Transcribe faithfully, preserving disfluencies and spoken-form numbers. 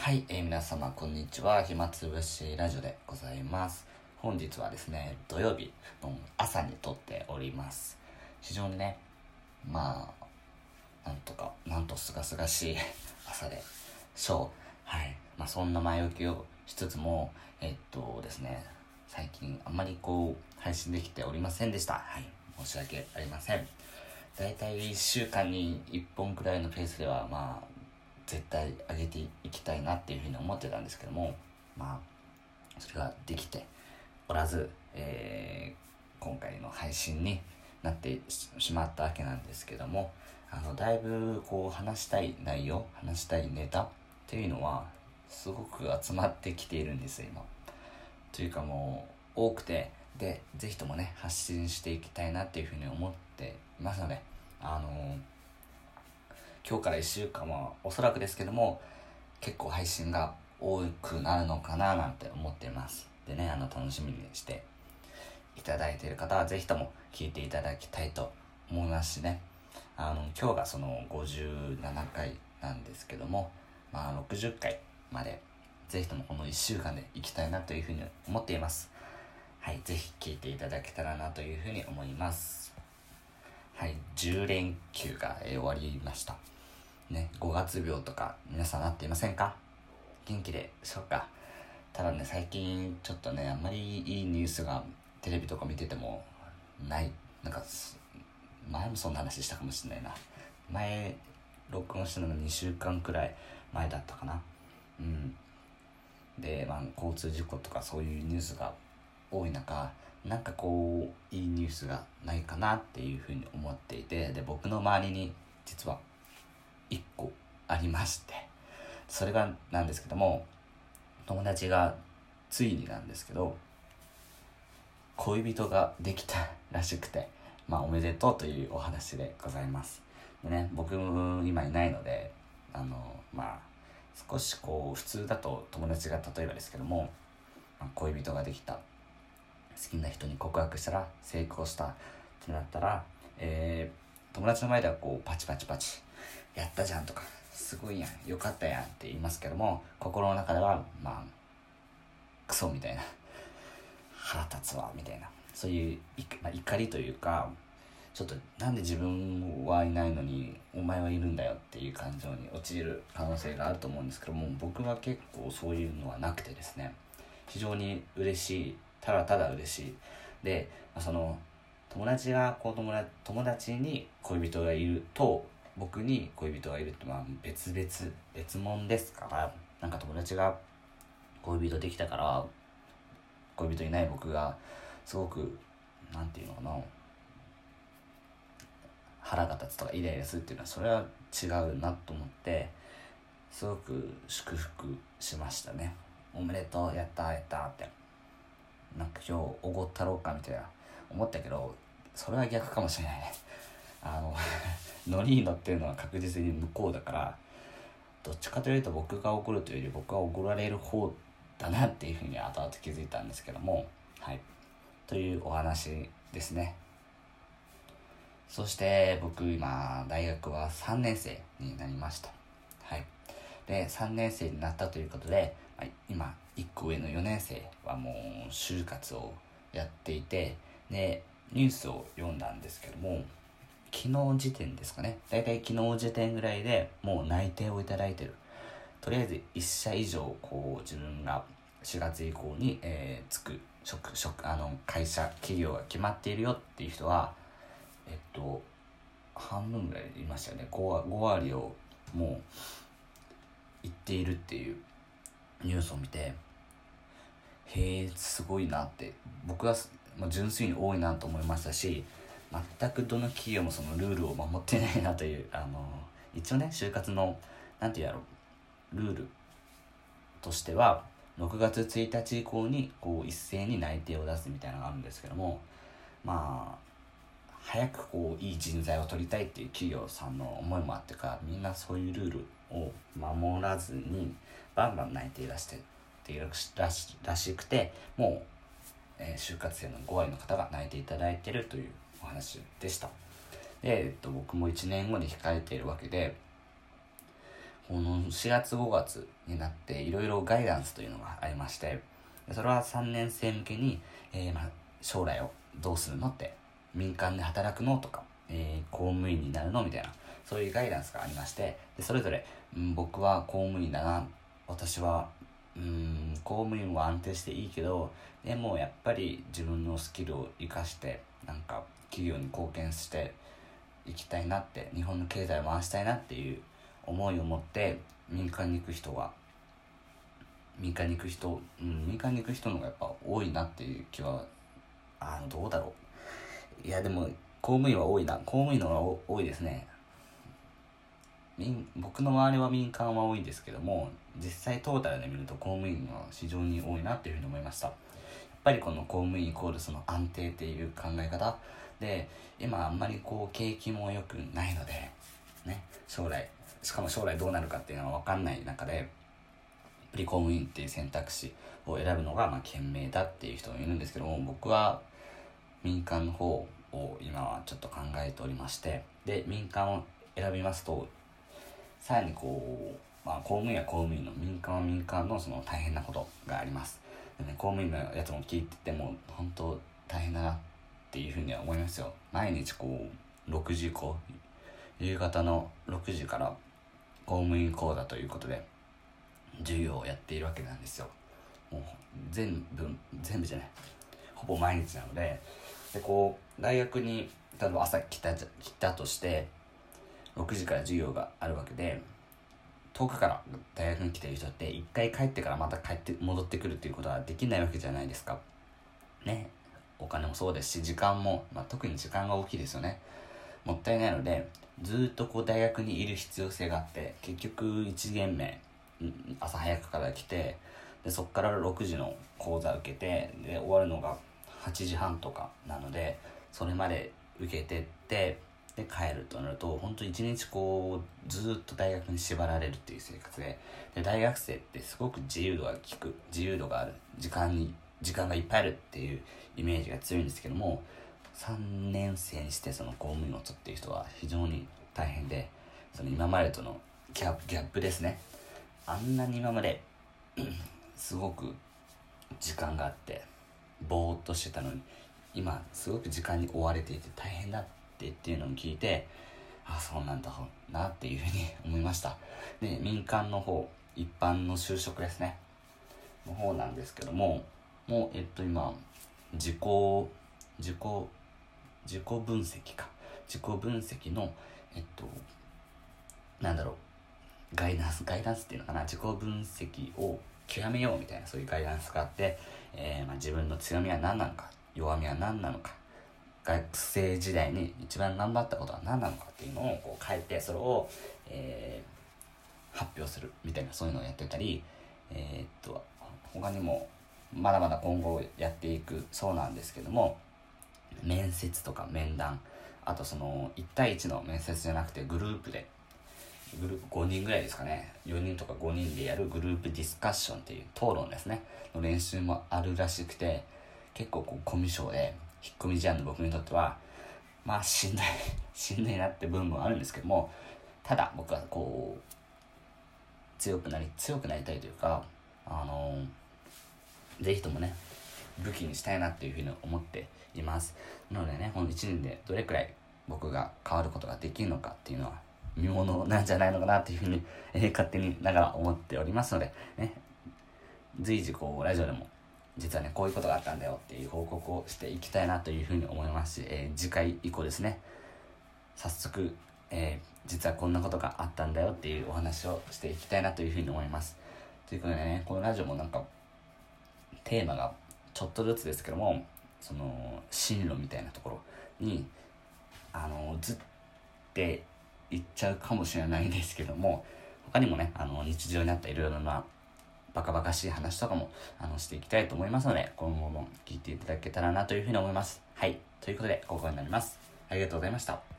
はい、えー、皆様こんにちは。暇つぶしラジオでございます。本日はですね、土曜日の朝に撮っております。非常にね、まあなんとかなんとすがすがしい朝でしょう。はい、まあそんな前置きをしつつも、えっとですね、最近あんまりこう配信できておりませんでした。はい、申し訳ありません。だいたいいっしゅうかんにいっぽんくらいのペースではまあ絶対上げていきたいなっていうふうに思ってたんですけども、まあそれができておらず、えー、今回の配信になってしまったわけなんですけども、あのだいぶこう話したい内容話したいネタっていうのはすごく集まってきているんですよ今。というかもう多くて、でぜひともね発信していきたいなっていうふうに思っていますので、あのー今日からいっしゅうかんはおそらくですけども結構配信が多くなるのかななんて思っています。でね、あの楽しみにしていただいている方はぜひとも聞いていただきたいと思いますしね、あの今日がそのごじゅうななかいなんですけども、まあろくじゅっかいまでぜひともこのいっしゅうかんでいきたいなというふうに思っています。はい、ぜひ聞いていただけたらなというふうに思います。はい、じゅうれんきゅうが、えー終わりましたね。ごがつ病とか皆さんなっていませんか？元気でしょうか？ただね、最近ちょっとねあんまりいいニュースがテレビとか見ててもない。なんか前もそんな話したかもしれないな。前録音したのがにしゅうかんくらい前だったかな。うんで、まあ、交通事故とかそういうニュースが多い中、なんかこういいニュースがないかなっていうふうに思っていて、で僕の周りに実はいっこありまして、それがなんですけども、友達がついになんですけど恋人ができたらしくて、まあおめでとうというお話でございます。でね、僕今いないので、あのまあ少しこう普通だと友達が例えばですけども、まあ、恋人ができた、好きな人に告白したら成功したってなったら、えー、友達の前ではこうパチパチパチやったじゃんとかすごいやんよかったやんって言いますけども、心の中ではまあクソみたいな、腹立つわみたいな、そういう、まあ、怒りというか、ちょっとなんで自分はいないのにお前はいるんだよっていう感情に陥る可能性があると思うんですけども、僕は結構そういうのはなくてですね、非常に嬉しい、ただただ嬉しい。で、まあ、その友達がこう友達友達に恋人がいると僕に恋人がいるってまあ別々別物ですから、なんか友達が恋人できたから恋人いない僕がすごくなんていうのかな、腹が立つとかイライラするっていうのはそれは違うなと思って、すごく祝福しましたね。おめでとう、やったやったって、なんか今日おごったろうかみたいな思ったけど、それは逆かもしれないね。あのノリに乗ってるのは確実に向こうだから、どっちかというと僕が怒るというより僕は怒られる方だなっていうふうに後々気づいたんですけども、はい、というお話ですね。そして僕今大学はさんねん生になりました。はい。でさんねん生になったということで、まあ、今いっこ上のよねん生はもう就活をやっていて、でニュースを読んだんですけども、昨日時点ですかね、だいたい昨日時点ぐらいでもう内定をいただいてる、とりあえずいっしゃ以上こう自分がしがつ以降に、えー、つく職職あの会社企業が決まっているよっていう人はえっと半分ぐらいいましたよね。 ご, 割ご割をもういっているっていうニュースを見て、へえすごいなって、僕は、まあ、純粋に多いなと思いましたし、全くどの企業もそのルールを守ってないなという、あの一応ね就活のなんていうやろうルールとしてはろくがつついたち以降にこう一斉に内定を出すみたいなのがあるんですけども、まあ早くこういい人材を取りたいっていう企業さんの思いもあってか、みんなそういうルールを守らずにバンバン内定出してっていうら し, らしくて、もう、えー、就活生のご割の方が内定いただいているというお話でした。で、えっと、僕もいちねんごに控えているわけで、 このしがつごがつになっていろいろガイダンスというのがありまして、それはさんねん生向けに、えーまあ、将来をどうするのって、民間で働くのとか、えー、公務員になるのみたいな、そういうガイダンスがありまして、でそれぞれ、うん、僕は公務員だな、私はうーん公務員は安定していいけど、でもやっぱり自分のスキルを生かしてなんか企業に貢献していきたいなって、日本の経済を回したいなっていう思いを持って民間に行く人は民間に行く人、うん、民間に行く人の方がやっぱ多いなっていう気は、あのどうだろう、いやでも公務員は多いな、公務員の方が多いですね。民僕の周りは民間は多いんですけども、実際トータルで見ると公務員は非常に多いなっていうふうに思いました。やっぱりこの公務員イコールその安定っていう考え方で、今あんまりこう景気も良くないのでね、将来しかも将来どうなるかっていうのは分かんない中で、やっぱり公務員っていう選択肢を選ぶのがまあ賢明だっていう人もいるんですけども、僕は民間の方を今はちょっと考えておりまして、で民間を選びますと、さらにこう、まあ、公務員は公務員の、民間は民間のその大変なことがあります。でね、公務員のやつも聞いてても本当大変だなっていうふうには思いますよ。毎日こうろくじ以降、夕方のろくじから公務員講座ということで授業をやっているわけなんですよ。もう全部全部じゃない、ほぼ毎日なので、でこう大学に例えば朝来た来たとしてろくじから授業があるわけで、遠くから大学に来ている人って一回帰ってからまた帰って戻ってくるっていうことはできないわけじゃないですかね。お金もそうですし、時間も、まあ、特に時間が大きいですよね。もったいないので、ずっとこう大学にいる必要性があって、結局いち限目朝早くから来て、でそこからろくじの講座を受けて、で終わるのがはちじはんとかなので、それまで受けてってで帰るとなると、本当一日こうずっと大学に縛られるっていう生活で、で大学生ってすごく自由度が利く、自由度がある、時間に時間がいっぱいあるっていうイメージが強いんですけども、さんねん生にしてその公務員を取っている人は非常に大変で、その今までとのギャギャップですね。あんなに今まですごく時間があってぼーっとしてたのに、今すごく時間に追われていて大変だってっていうのを聞いて、あ、そうなんだなっていうふうに思いました。で民間の方、一般の就職ですねの方なんですけども、もうえっと今自己自己自己分析か自己分析のえっとなんだろうガイダンスガイダンスっていうのかな、自己分析を極めようみたいな、そういうガイダンスがあって、えーまあ、自分の強みは何なのか、弱みは何なのか、学生時代に一番頑張ったことは何なのかっていうのをこう書いて、それを、えー、発表するみたいな、そういうのをやってたり、えー、っと他にもまだまだ今後やっていくそうなんですけども、面接とか面談、あとそのいち対いちの面接じゃなくてグループで、グループごにんぐらいですかね、よにんとかごにんでやるグループディスカッションっていう討論ですねの練習もあるらしくて、結構こうコミュ障で引っ込み思案の僕にとってはまあしんどいしんどいなって部分もあるんですけども、ただ僕はこう強くなり強くなりたいというか、あのー、ぜひともね武器にしたいなっていうふうに思っています。なのでね、このいちねんでどれくらい僕が変わることができるのかっていうのは見ものなんじゃないのかなっていうふうに、えー、勝手にながら思っておりますのでね、随時こうラジオでも実はねこういうことがあったんだよっていう報告をしていきたいなというふうに思いますし、えー、次回以降ですね、早速、えー、実はこんなことがあったんだよっていうお話をしていきたいなというふうに思います。ということでね、このラジオもなんかテーマがちょっとずつですけども、その進路みたいなところにあのずっていっちゃうかもしれないんですけども、他にもねあの日常にあったいろいろなバカバカしい話とかもあのしていきたいと思いますので、今後も聞いていただけたらなというふうに思います。はい、ということでここになります。ありがとうございました。